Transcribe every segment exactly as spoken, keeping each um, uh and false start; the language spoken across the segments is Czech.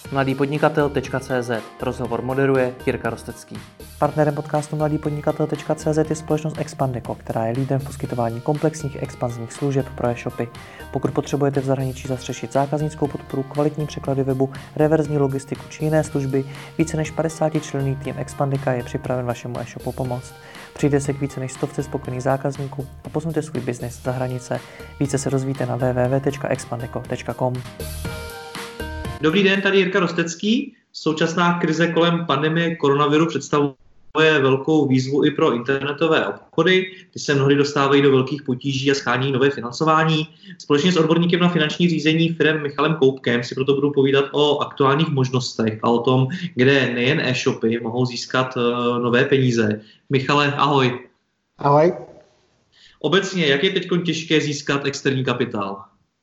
mladý podnikatel tečka cé zet. Rozhovor moderuje Jirka Rostecký. Partnerem podcastu mladý podnikatel tečka cé zet je společnost Expandeco, která je lídrem v poskytování komplexních expanzních služeb pro e-shopy. Pokud potřebujete v zahraničí zastřešit zákaznickou podporu, kvalitní překlady webu, reverzní logistiku či jiné služby, více než padesátičlenný tým Expandeca je připraven vašemu e-shopu pomoct. Přijde se k více než stovce spokojených zákazníků a posuňte svůj biznis za hranice. Více se dozvíte na w w w tečka expandeco tečka com. Dobrý den, tady Jirka Rostecký. Současná krize kolem pandemie koronaviru představuje velkou výzvu i pro internetové obchody. Ty se mnohdy dostávají do velkých potíží a schání nové financování. Společně s odborníkem na finanční řízení firem Michalem Koupkem si proto budu povídat o aktuálních možnostech a o tom, kde nejen e-shopy mohou získat nové peníze. Michale, ahoj. Ahoj. Obecně, jak je teď těžké získat externí kapitál?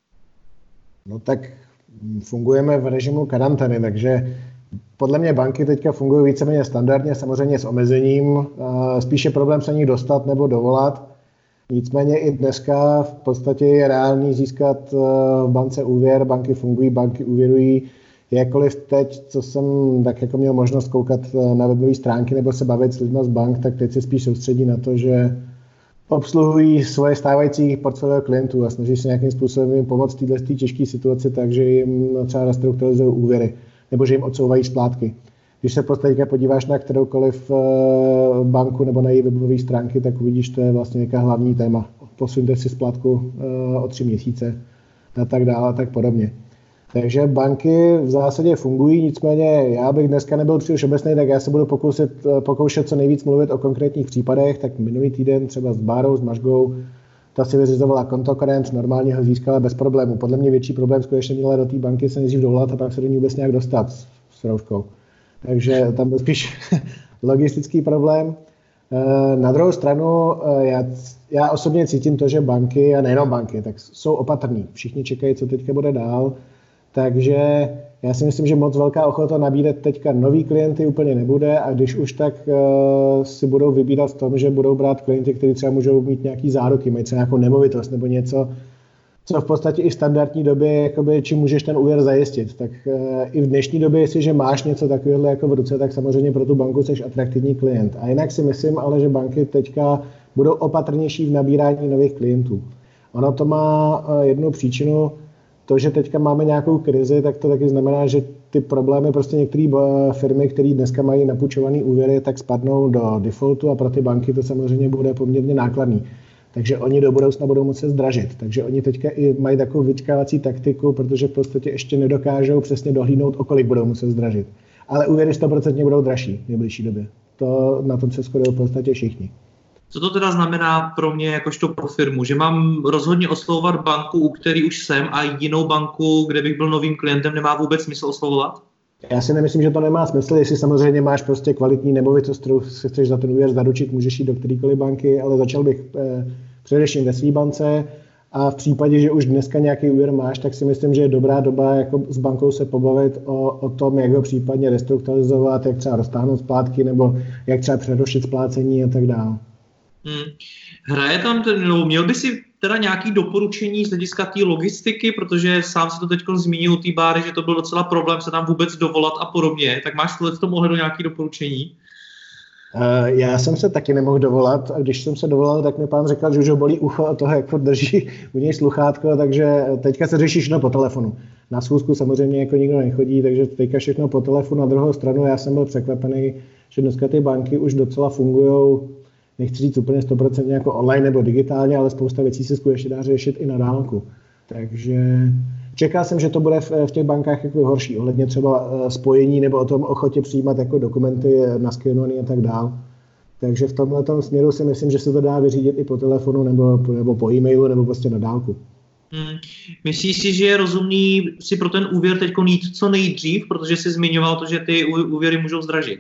No tak fungujeme v režimu karantény, takže podle mě banky teďka fungují víceméně standardně, samozřejmě s omezením. Spíše problém se nich dostat nebo dovolat. Nicméně i dneska v podstatě je reálný získat v bance úvěr, banky fungují, banky úvěrují. Jakkoliv teď, co jsem tak jako měl možnost koukat na webové stránky nebo se bavit s lidmi z bank, tak teď se spíš soustředí na to, že obsluhují svoje stávající portfolio klientů a snaží se nějakým způsobem jim pomoct v této těžké situaci tak, že jim třeba restrukturalizují úvěry nebo že jim odsouvají splátky. Když se prostě podíváš na kteroukoliv banku nebo na její webové stránky, tak uvidíš, to je vlastně nějaká hlavní téma. Posuňte si splátku o tři měsíce a tak dále a tak podobně. Takže banky v zásadě fungují, nicméně já bych dneska nebyl příliš obecný, tak já se budu pokusit, pokoušet co nejvíc mluvit o konkrétních případech. Tak minulý týden třeba s Bárou, s Mažgou, ta si vyřizovala kontokorent, normálně ho získala bez problému. Podle mě větší problém skutečně měla do té banky se nejdřív dovolat a pak se do ní vůbec nějak dostat s, s rouškou. Takže tam byl spíš logistický problém. Na druhou stranu já, já osobně cítím to, že banky, a nejenom banky, tak jsou opatrní. Všichni čekají, co teďka bude dál. Takže já si myslím, že moc velká ochota nabídat teďka nový klienty úplně nebude a když už, tak uh, si budou vybírat v tom, že budou brát klienty, kteří třeba můžou mít nějaký záruky, mají třeba nějakou nemovitost nebo něco, co v podstatě i v standardní době, jakoby, čím můžeš ten úvěr zajistit. Tak uh, i v dnešní době, jestliže máš něco takového jako v ruce, tak samozřejmě pro tu banku jsi atraktivní klient. A jinak si myslím ale, že banky teďka budou opatrnější v nabírání nových klientů. Ono to má uh, jednu příčinu. To, že teďka máme nějakou krizi, tak to taky znamená, že ty problémy, prostě některé firmy, které dneska mají napůjčované úvěry, tak spadnou do defaultu a pro ty banky to samozřejmě bude poměrně nákladný. Takže oni do budoucna budou muset zdražit. Takže oni teďka i mají takovou vyčkávací taktiku, protože v podstatě ještě nedokážou přesně dohlídnout, o kolik budou muset zdražit. Ale úvěry sto procent budou dražší v nejbližší době. To na tom se shodují v podstatě všichni. Co to teda znamená pro mě jakožto pro firmu? Že mám rozhodně oslovovat banku, u který už jsem, a jinou banku, kde bych byl novým klientem, nemá vůbec smysl oslovovat? Já si nemyslím, že to nemá smysl, jestli samozřejmě máš prostě kvalitní nemovitost, kterou si chceš za ten úvěr zaručit, můžeš jít do kterékoliv banky, ale začal bych eh, především ve své bance a v případě, že už dneska nějaký úvěr máš, tak si myslím, že je dobrá doba jako s bankou se pobavit o, o tom, jak ho případně restrukturalizovat, jak třeba roztáhnout splátky nebo jak třeba přerušit splácení a tak dále. Hmm. Hraje tam, ten, no, měl by si teda nějaké doporučení z hlediska té logistiky, protože sám si to teď zmínil u té Báry, že to byl docela problém se tam vůbec dovolat a podobně, tak máš v tom ohledu nějaké doporučení? Uh, já jsem se taky nemohl dovolat a když jsem se dovolal, tak mi pán řekl, že už ho bolí ucho a toho, jak drží u něj sluchátko, takže teďka se řeší všechno po telefonu. Na schůzku samozřejmě jako nikdo nechodí, takže teďka všechno po telefonu. Na druhou stranu já jsem byl překvapený, že dneska ty banky už docela fungují, nechci říct úplně sto procent jako online nebo digitálně, ale spousta věcí se skutečně dá řešit i na dálku. Takže čekal jsem, že to bude v, v těch bankách jako horší, ohledně třeba spojení nebo o tom ochotě přijímat jako dokumenty naskenované a tak dál. Takže v tomhle směru si myslím, že se to dá vyřídit i po telefonu nebo, nebo po e-mailu nebo prostě na dálku. Hmm. Myslíš si, že je rozumný si pro ten úvěr teď jít co nejdřív, protože jsi zmiňoval to, že ty úvěry můžou zdražit?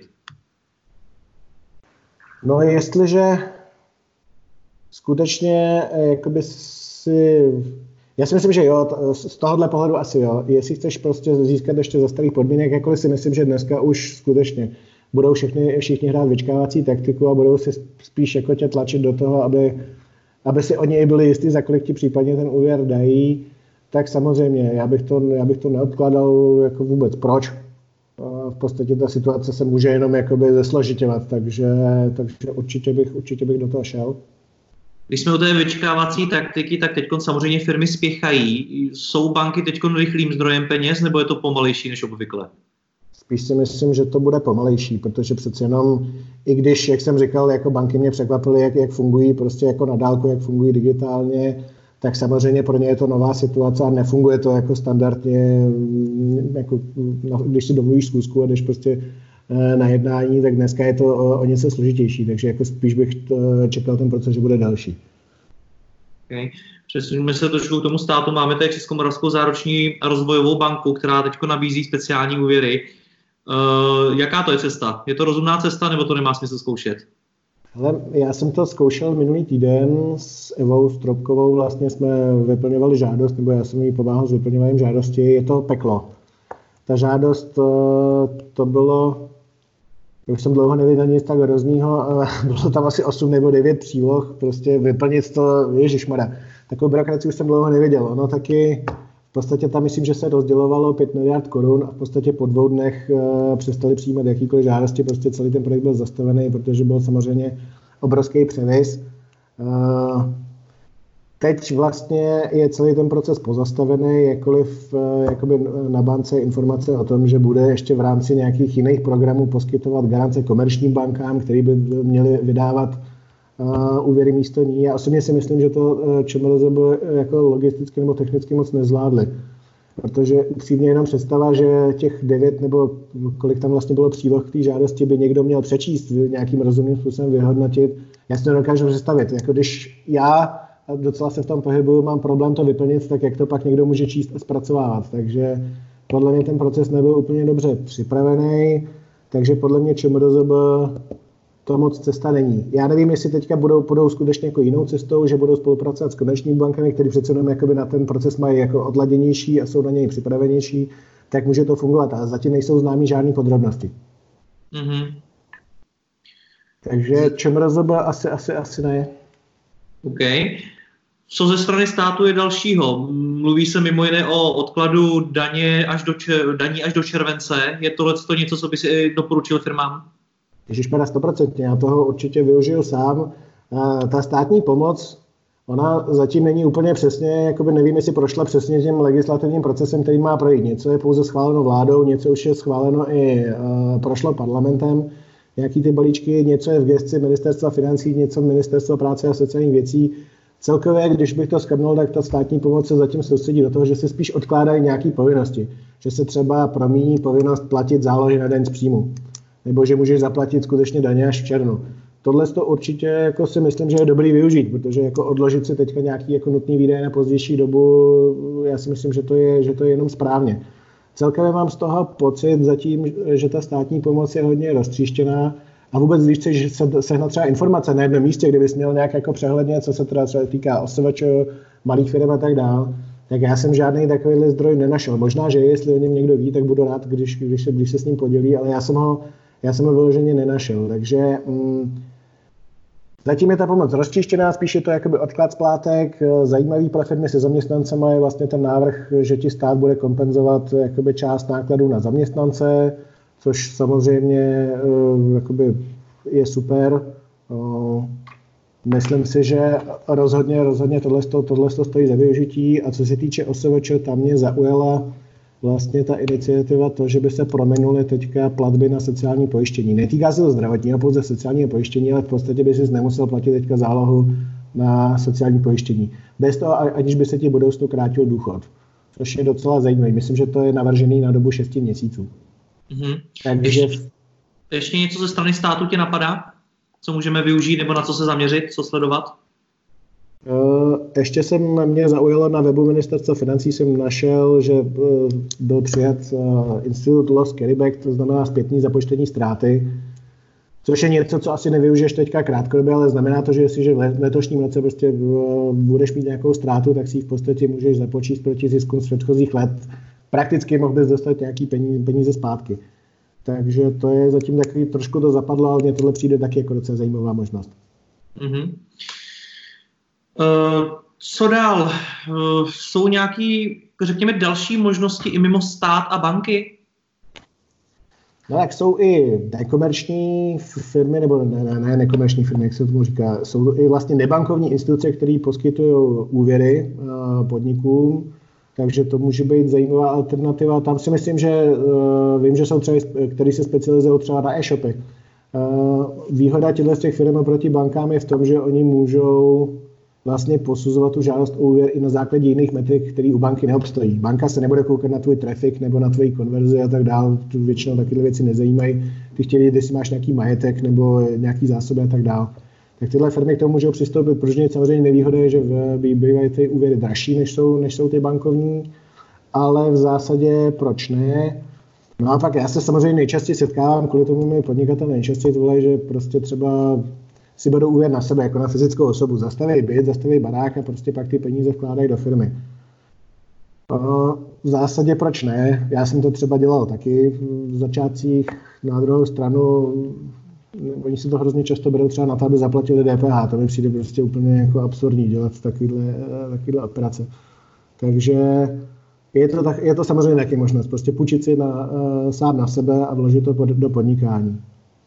No jestliže skutečně jakoby si... Já si myslím, že jo, z tohohle pohledu asi jo. Jestli chceš prostě získat ještě za starých podmínek, jakkoliv si myslím, že dneska už skutečně budou všichni, všichni hrát vyčkávací taktiku a budou si spíš jako tě tlačit do toho, aby, aby si oni byli jistí, za kolik ti případně ten úvěr dají, tak samozřejmě, já bych to, já bych to neodkládal jako vůbec. Proč? v podstatě ta situace se může jenom jakoby zesložitěvat, takže, takže určitě, bych, určitě bych do toho šel. Když jsme u té vyčkávací taktiky, tak teď samozřejmě firmy spěchají. Jsou banky teď rychlým zdrojem peněz, nebo je to pomalejší než obvykle? Spíš si myslím, že to bude pomalejší, protože přece jenom, i když, jak jsem říkal, jako banky mě překvapily, jak, jak fungují prostě jako na dálku, jak fungují digitálně, tak samozřejmě pro ně je to nová situace a nefunguje to jako standardně, jako, když si domluvíš schůzku a jdeš prostě na jednání, tak dneska je to o, o něco složitější, takže jako spíš bych to, čekal ten proces, že bude další. Okay. Přesuneme se trošku k tomu státu. Máme tady Českomoravskou záruční a rozvojovou banku, která teď nabízí speciální úvěry. Uh, jaká to je cesta? Je to rozumná cesta, nebo to nemá smysl zkoušet? Ale já jsem to zkoušel minulý týden s Evou Stropkovou, vlastně jsme vyplňovali žádost, nebo já jsem jí pomáhal s vyplňováním žádosti, je to peklo. Ta žádost, to bylo, už jsem dlouho neviděl nic tak hroznýho, bylo tam asi osm nebo devět příloh, prostě vyplnit to, ježišmarja, takovou byrokracii už jsem dlouho neviděl. Ono taky, v podstatě tam myslím, že se rozdělovalo pět miliard korun a v podstatě po dvou dnech přestali přijímat jakýkoliv žádosti, prostě celý ten projekt byl zastavený, protože byl samozřejmě obrovský převis. Teď vlastně je celý ten proces pozastavený, jakkoliv jakoby na bance informace o tom, že bude ještě v rámci nějakých jiných programů poskytovat garance komerčním bankám, které by měly vydávat uh, úvěry místo ní. Já osobně si myslím, že to ČMRZ jako logisticky nebo technicky moc nezvládli. Protože upřímně jenom představa, že těch devět nebo kolik tam vlastně bylo příloh k té žádosti by někdo měl přečíst, nějakým rozumným způsobem vyhodnotit, já si to nedokážu představit. Jako když já docela se v tom pohybuju, mám problém to vyplnit, tak jak to pak někdo může číst a zpracovávat. Takže podle mě ten proces nebyl úplně dobře připravený, takže podle mě ČMRZB to moc cesta není. Já nevím, jestli teďka budou, budou skutečně jako jinou cestou, že budou spolupracovat s komerčními bankami, které přece jenom jakoby na ten proces mají jako odladěnější a jsou na něj připravenější, tak může to fungovat, ale zatím nejsou známý žádné podrobnosti. Mm-hmm. Takže ČMRZB asi, asi, asi ne. OK. Co ze strany státu je dalšího? Mluví se mimo jiné o odkladu daně až do, daní až do července. Je tohle něco, co by si doporučil firmám? Ježišmarja, stoprocentně, já toho určitě využiju sám. Ta státní pomoc, ona zatím není úplně přesně, jakoby nevím, jestli prošla přesně tím legislativním procesem, který má projít. Něco je pouze schváleno vládou, něco už je schváleno i prošlo parlamentem, nějaký ty balíčky, něco je v gesci ministerstva financí, něco ministerstva práce a sociálních věcí. Celkově, když bych to shrnul, tak ta státní pomoc se zatím soustředí do toho, že se spíš odkládají nějaké povinnosti. Že se třeba promíní povinnost platit zálohy na daň z příjmu. Nebo že můžeš zaplatit skutečně daně až v červnu. Tohle to určitě jako si myslím, že je dobrý využít, protože jako odložit si teďka nějaký jako nutný výdaje na pozdější dobu, já si myslím, že to je, že to je jenom správně. Celkově mám z toho pocit zatím, že ta státní pomoc je hodně roztříštěná a vůbec, když chceš sehnat třeba informace na jednom místě, kde bys měl nějak jako přehledně, co se teda třeba týká O S V Č, malých firm a tak dál, tak já jsem žádný takovýhle zdroj nenašel. Možná, že jestli o něm někdo ví, tak budu rád, když, když, se, když se s ním podělí, ale já jsem ho, já jsem ho vyloženě nenašel. Takže mm, zatím je ta pomoc rozčištěná, spíš je to jakoby odklad splátek. Zajímavý pro firmy se zaměstnancema je vlastně ten návrh, že ti stát bude kompenzovat jakoby část nákladů na zaměstnance, což samozřejmě jakoby je super. Myslím si, že rozhodně, rozhodně tohle, tohle stojí za využití. A co se týče O S V Č, tam mě zaujala vlastně ta iniciativa to, že by se prominuly teďka platby na sociální pojištění. Netýká se to zdravotního, pouze sociálního pojištění, ale v podstatě by si nemusel platit teďka zálohu na sociální pojištění. Bez toho, aniž by se ti budoucnu krátil důchod. Což je docela zajímavé. Myslím, že to je navržený na dobu šesti měsíců. Mm-hmm. Takže... Ještě, ještě něco ze strany státu tě napadá? Co můžeme využít nebo na co se zaměřit, co sledovat? Ještě jsem mě zaujalo na webu ministerstva financí, jsem našel, že byl přijat Institut Loss Carryback, to znamená zpětní započtení ztráty, což je něco, co asi nevyužiješ teďka krátkodobě, ale znamená to, že jestliže v letošním roce prostě budeš mít nějakou ztrátu, tak si ji v podstatě můžeš započíst proti ziskům z předchozích let. Prakticky mohl bys dostat nějaký peníze, peníze zpátky. Takže to je zatím takový, trošku to zapadlo, ale mně tohle přijde taky jako docela zajímavá možnost. Mm-hmm. Uh, co dál? Uh, jsou nějaké, řekněme, další možnosti i mimo stát a banky? No tak jsou i nekomerční firmy, nebo ne, ne, ne nekomerční firmy, jak se tomu říká, jsou i vlastně nebankovní instituce, které poskytují úvěry uh, podnikům, takže to může být zajímavá alternativa. Tam si myslím, že uh, vím, že jsou třeba, který se specializují třeba na e-shopy. Uh, výhoda těchto z těch firm oproti bankám je v tom, že oni můžou vlastně posuzovat tu žádost o úvěr i na základě jiných metrik, které u banky neobstojí. Banka se nebude koukat na tvůj trafik nebo na tvoji konverzi a tak dále, tu většinou takové věci nezajímají. Ty chtějí vědět, jestli máš nějaký majetek nebo nějaký zásoby a tak dále. Tak tyhle firmy k tomu můžou přistoupit, protože samozřejmě nevýhoda je, že bývají ty úvěry dražší, než jsou, než jsou ty bankovní, ale v zásadě proč ne? No a pak já se samozřejmě nejčastěji setkávám, kvůli tomu mi podnikatel nejčastěji volají, že prostě třeba si budou úvěr na sebe, jako na fyzickou osobu. Zastaví byt, zastaví barák a prostě pak ty peníze vkládají do firmy. V zásadě proč ne? Já jsem to třeba dělal taky v začátcích. Na druhou stranu, oni si to hrozně často berou třeba na to, aby zaplatili D P H. To mi přijde prostě úplně jako absurdní dělat takovýhle, takovýhle operace. Takže je to, tak, je to samozřejmě taky možnost. Prostě půjčit si na, sám na sebe a vložit to pod, do podnikání.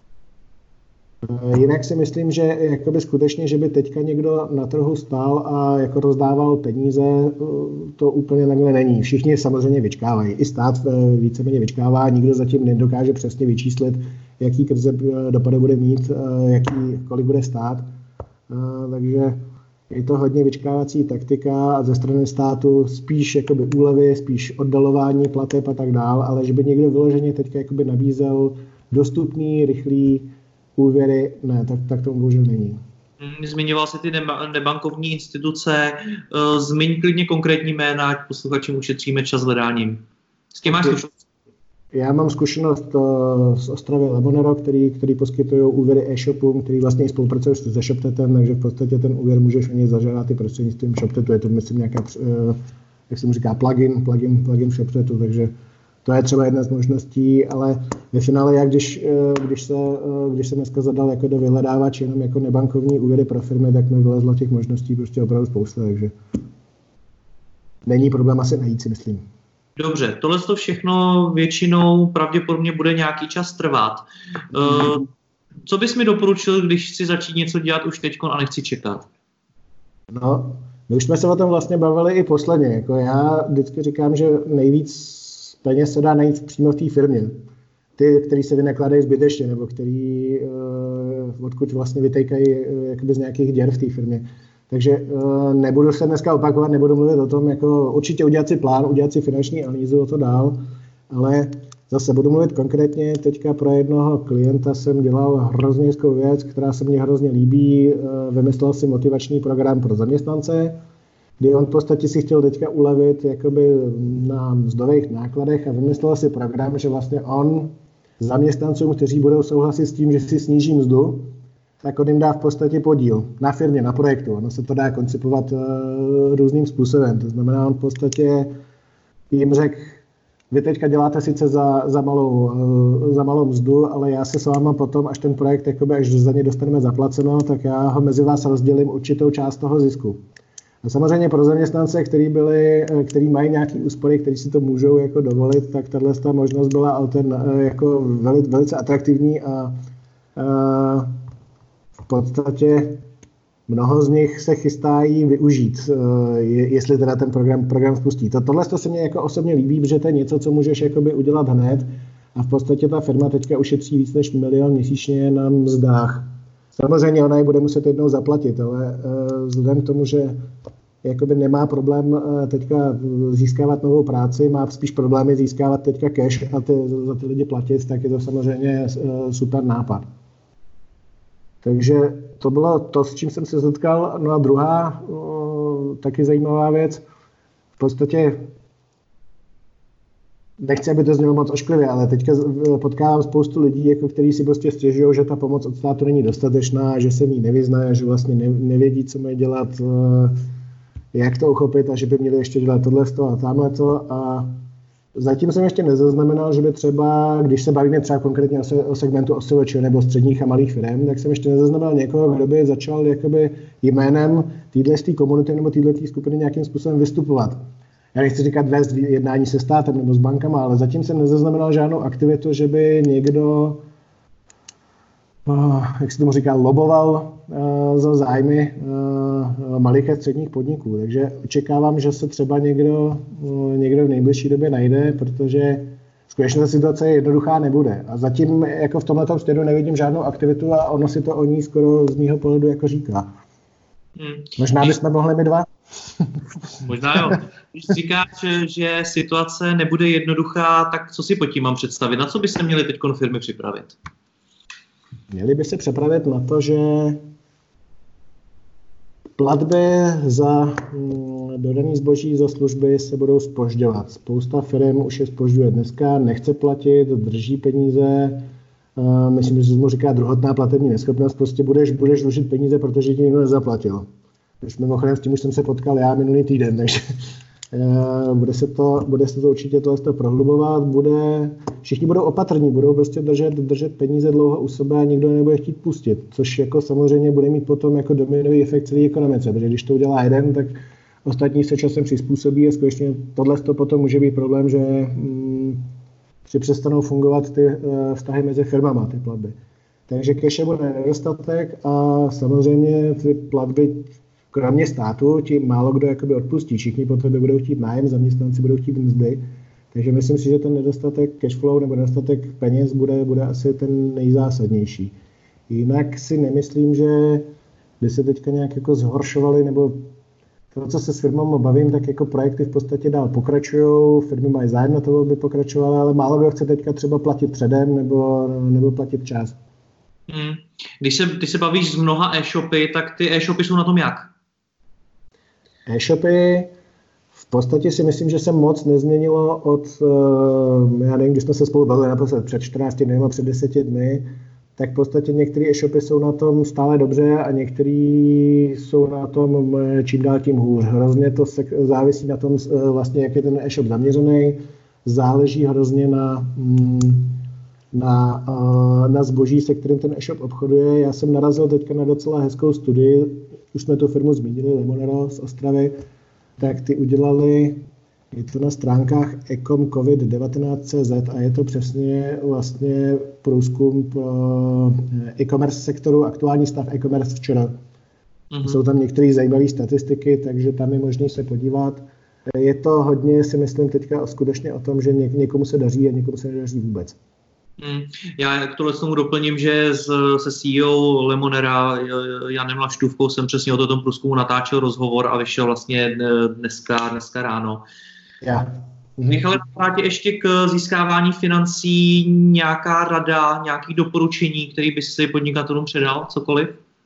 Jinak si myslím, že jakoby skutečně, že by teďka někdo na trhu stál a jako rozdával peníze, to úplně takhle není. Všichni samozřejmě vyčkávají. I stát víceméně vyčkává, nikdo zatím nedokáže přesně vyčíslit, jaký krize dopady bude mít, jaký, kolik bude stát. Takže je to hodně vyčkávací taktika a ze strany státu spíš jakoby úlevy, spíš oddalování plateb a tak dál, ale že by někdo vyloženě teďka jakoby nabízel dostupný, rychlý úvěry, ne, tak, tak to bohužel není. Zmiňoval jsi ty nebankovní instituce, zmiň klidně konkrétní jména, ať posluchačům ušetříme čas hledáním. S kým máš zkušenost? Já mám zkušenost z Ostravy Lebonero, který, který poskytují úvěry e-shopům, který vlastně spolupracují se ShopTetem, takže v podstatě ten úvěr můžeš o něj zažádat i prostřednictvím ShopTetu. Je to, myslím, nějaká, jak se mu říká, plugin, plugin, plugin v ShopTetu, takže to je třeba jedna z možností, ale ve finále já, když, když, se, když jsem dneska zadal jako do vyhledávač jenom jako nebankovní úvěry pro firmy, tak mi vylezlo těch možností prostě opravdu spousta, takže není problém asi najít, si myslím. Dobře, tohle to všechno většinou pravděpodobně bude nějaký čas trvat. Uh, co bys mi doporučil, když chci začít něco dělat už teď a nechci čekat? No, my už jsme se o tom vlastně bavili i posledně. Jako já vždycky říkám, že nejvíc peněz se dá najít přímo v té firmě. Ty, který se vynakládají zbytečně, nebo který uh, odkud vlastně vytejkají uh, jakoby z nějakých děr v té firmě. Takže uh, nebudu se dneska opakovat, nebudu mluvit o tom, jako určitě udělat si plán, udělat si finanční analýzu o to dál, ale zase budu mluvit konkrétně. Teďka pro jednoho klienta jsem dělal hrozně hezkou věc, která se mně hrozně líbí. Uh, vymyslel si motivační program pro zaměstnance, kdy on v podstatě si chtěl teďka ulevit jakoby na mzdových nákladech a vymyslel si program, že vlastně on zaměstnancům, kteří budou souhlasit s tím, že si sníží mzdu, tak on jim dá v podstatě podíl na firmě, na projektu. Ono se to dá koncipovat uh, různým způsobem. To znamená, on v podstatě jim řekl, vy teďka děláte sice za, za, malou, uh, za malou mzdu, ale já se s váma potom, až ten projekt, jakoby, až za ně dostaneme zaplaceno, tak já ho mezi vás rozdělím určitou část toho zisku. A samozřejmě pro zaměstnance, který, byli, který mají nějaké úspory, kteří si to můžou jako dovolit, tak tato možnost byla altern, jako veli, velice atraktivní a, a v podstatě mnoho z nich se chystá jí využít, jestli teda ten program, program spustí. To, tohle to se mně jako osobně líbí, protože to je něco, co můžeš jakoby udělat hned a v podstatě ta firma teďka ušetří víc než milion měsíčně na mzdách. Samozřejmě ona ji bude muset jednou zaplatit, ale uh, vzhledem k tomu, že jakoby nemá problém uh, teďka získávat novou práci, má spíš problémy získávat teďka cash a ty, za ty lidi platit, tak je to samozřejmě uh, super nápad. Takže to bylo to, s čím jsem se setkal. No a druhá uh, taky zajímavá věc, v podstatě nechci, aby to znělo moc ošklivě, ale teďka potkávám spoustu lidí, jako kteří si prostě stěžují, že ta pomoc od státu není dostatečná, že se v ní nevyznají, že vlastně nevědí, co mají dělat, jak to uchopit a že by měli ještě dělat tohle a tamhleto. A zatím jsem ještě nezaznamenal, že by třeba, když se bavíme třeba konkrétně o segmentu O S V Č nebo středních a malých firm, tak jsem ještě nezaznamenal někoho, kdo by začal jakoby jménem této komunity nebo této skupiny nějakým způsobem vystupovat. já nechci říkat vést jednání se státem nebo s bankama, ale zatím jsem nezaznamenal žádnou aktivitu, že by někdo, jak se tomu říká, loboval za zájmy malých a středních podniků. Takže očekávám, že se třeba někdo, někdo v nejbližší době najde, protože skutečně ta situace jednoduchá nebude. A zatím jako v tomhletom směru nevidím žádnou aktivitu a ono si to o ní skoro z mýho pohledu jako říká. Hmm. Možná bychom mohli mít dva? Možná jo. Když říkáš, že situace nebude jednoduchá, tak co si pod tím mám představit? Na co by se měly teď firmy připravit? Měly by se připravit na to, že platby za dodaný zboží, za služby se budou zpožďovat. Spousta firm už je zpožďuje dneska, nechce platit, drží peníze. Myslím, že se mu říká druhotná platební neschopnost. Prostě budeš, budeš dlužit peníze, protože ti někdo nezaplatil. Když mimochodem s tím už jsem se potkal já minulý týden, takže bude se to, bude se to určitě tohle prohlubovat. Bude, všichni budou opatrní, budou prostě držet, držet peníze dlouho u sebe a nikdo nebude chtít pustit, což jako samozřejmě bude mít potom jako dominový efekt celé ekonomice, protože když to udělá jeden, tak ostatní se časem přizpůsobí a skutečně tohle to potom může být problém, že hm, si přestanou fungovat ty uh, vztahy mezi firmama, ty platby. Takže cache bude nedostatek a samozřejmě ty platby kromě státu ti málo kdo jakoby odpustí. Všichni po tebe budou chtít nájem, zaměstnanci budou chtít mzdy. Takže myslím si, že ten nedostatek cashflow nebo nedostatek peněz bude, bude asi ten nejzásadnější. Jinak si nemyslím, že by se teďka nějak jako zhoršovaly, nebo to, co se s firmou bavím, tak jako projekty v podstatě dál pokračují, firmy mají zájem na to, aby pokračovaly, ale málo kdo chce teďka třeba platit předem nebo, nebo platit čas. Hmm. Když se, když se bavíš s mnoha e-shopy, tak ty e-shopy jsou na tom jak? E-shopy v podstatě si myslím, že se moc nezměnilo od, já nevím, když jsme se spolu bavili naposled před čtrnácti dny, před deseti dny, tak v podstatě některé e-shopy jsou na tom stále dobře a některé jsou na tom čím dál tím hůř. Hrozně to se, závisí na tom, vlastně, jak je ten e-shop zaměřený, záleží hrozně na, na, na zboží, se kterým ten e-shop obchoduje. Já jsem narazil teďka na docela hezkou studii, už jsme tu firmu zmínili, Lemonero z Ostravy, tak ty udělali, je to na stránkách ecom covid devatenáct tečka cé zet a je to přesně vlastně průzkum pro e-commerce sektoru, aktuální stav e-commerce včera. Mm-hmm. Jsou tam některé zajímavé statistiky, takže tam je možné se podívat. Je to hodně, si myslím, teďka skutečně o tom, že něk- někomu se daří a někomu se nedaří vůbec. Hmm. Já k tohle tomu doplním, že s, se C E O Lemonera Janem Laštůvkou jsem přesně o tom průzkumu natáčel rozhovor a vyšel vlastně dneska, dneska ráno. Já. Michale, vrátě ještě k získávání financí nějaká rada, nějaké doporučení, který by si podnikatelům předal, cokoliv?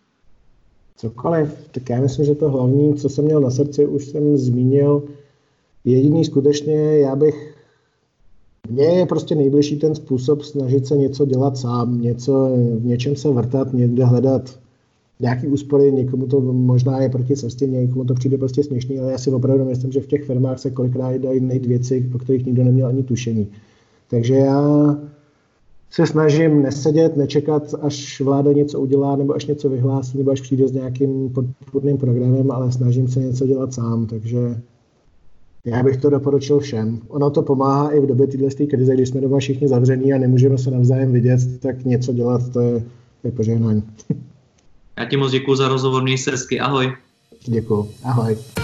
Cokoliv. Tak já myslím, že to hlavní, co jsem měl na srdci, už jsem zmínil. Jediný skutečně, já bych Mně je prostě nejbližší ten způsob snažit se něco dělat sám, něco, v něčem se vrtat, někde hledat nějaký úspory, někomu to možná je proti cestě, někomu to přijde prostě směšný, ale já si opravdu myslím, že v těch firmách se kolikrát dají najít věci, o kterých nikdo neměl ani tušení. Takže já se snažím nesedět, nečekat, až vláda něco udělá, nebo až něco vyhlásí, nebo až přijde s nějakým podpůrným programem, ale snažím se něco dělat sám, takže já bych to doporučil všem. Ono to pomáhá i v době této krize, když jsme doma všichni zavření a nemůžeme se navzájem vidět, tak něco dělat, to je, je požehnání. Já ti moc děkuji za rozhovor, měj se hezky, ahoj. Děkuji, ahoj.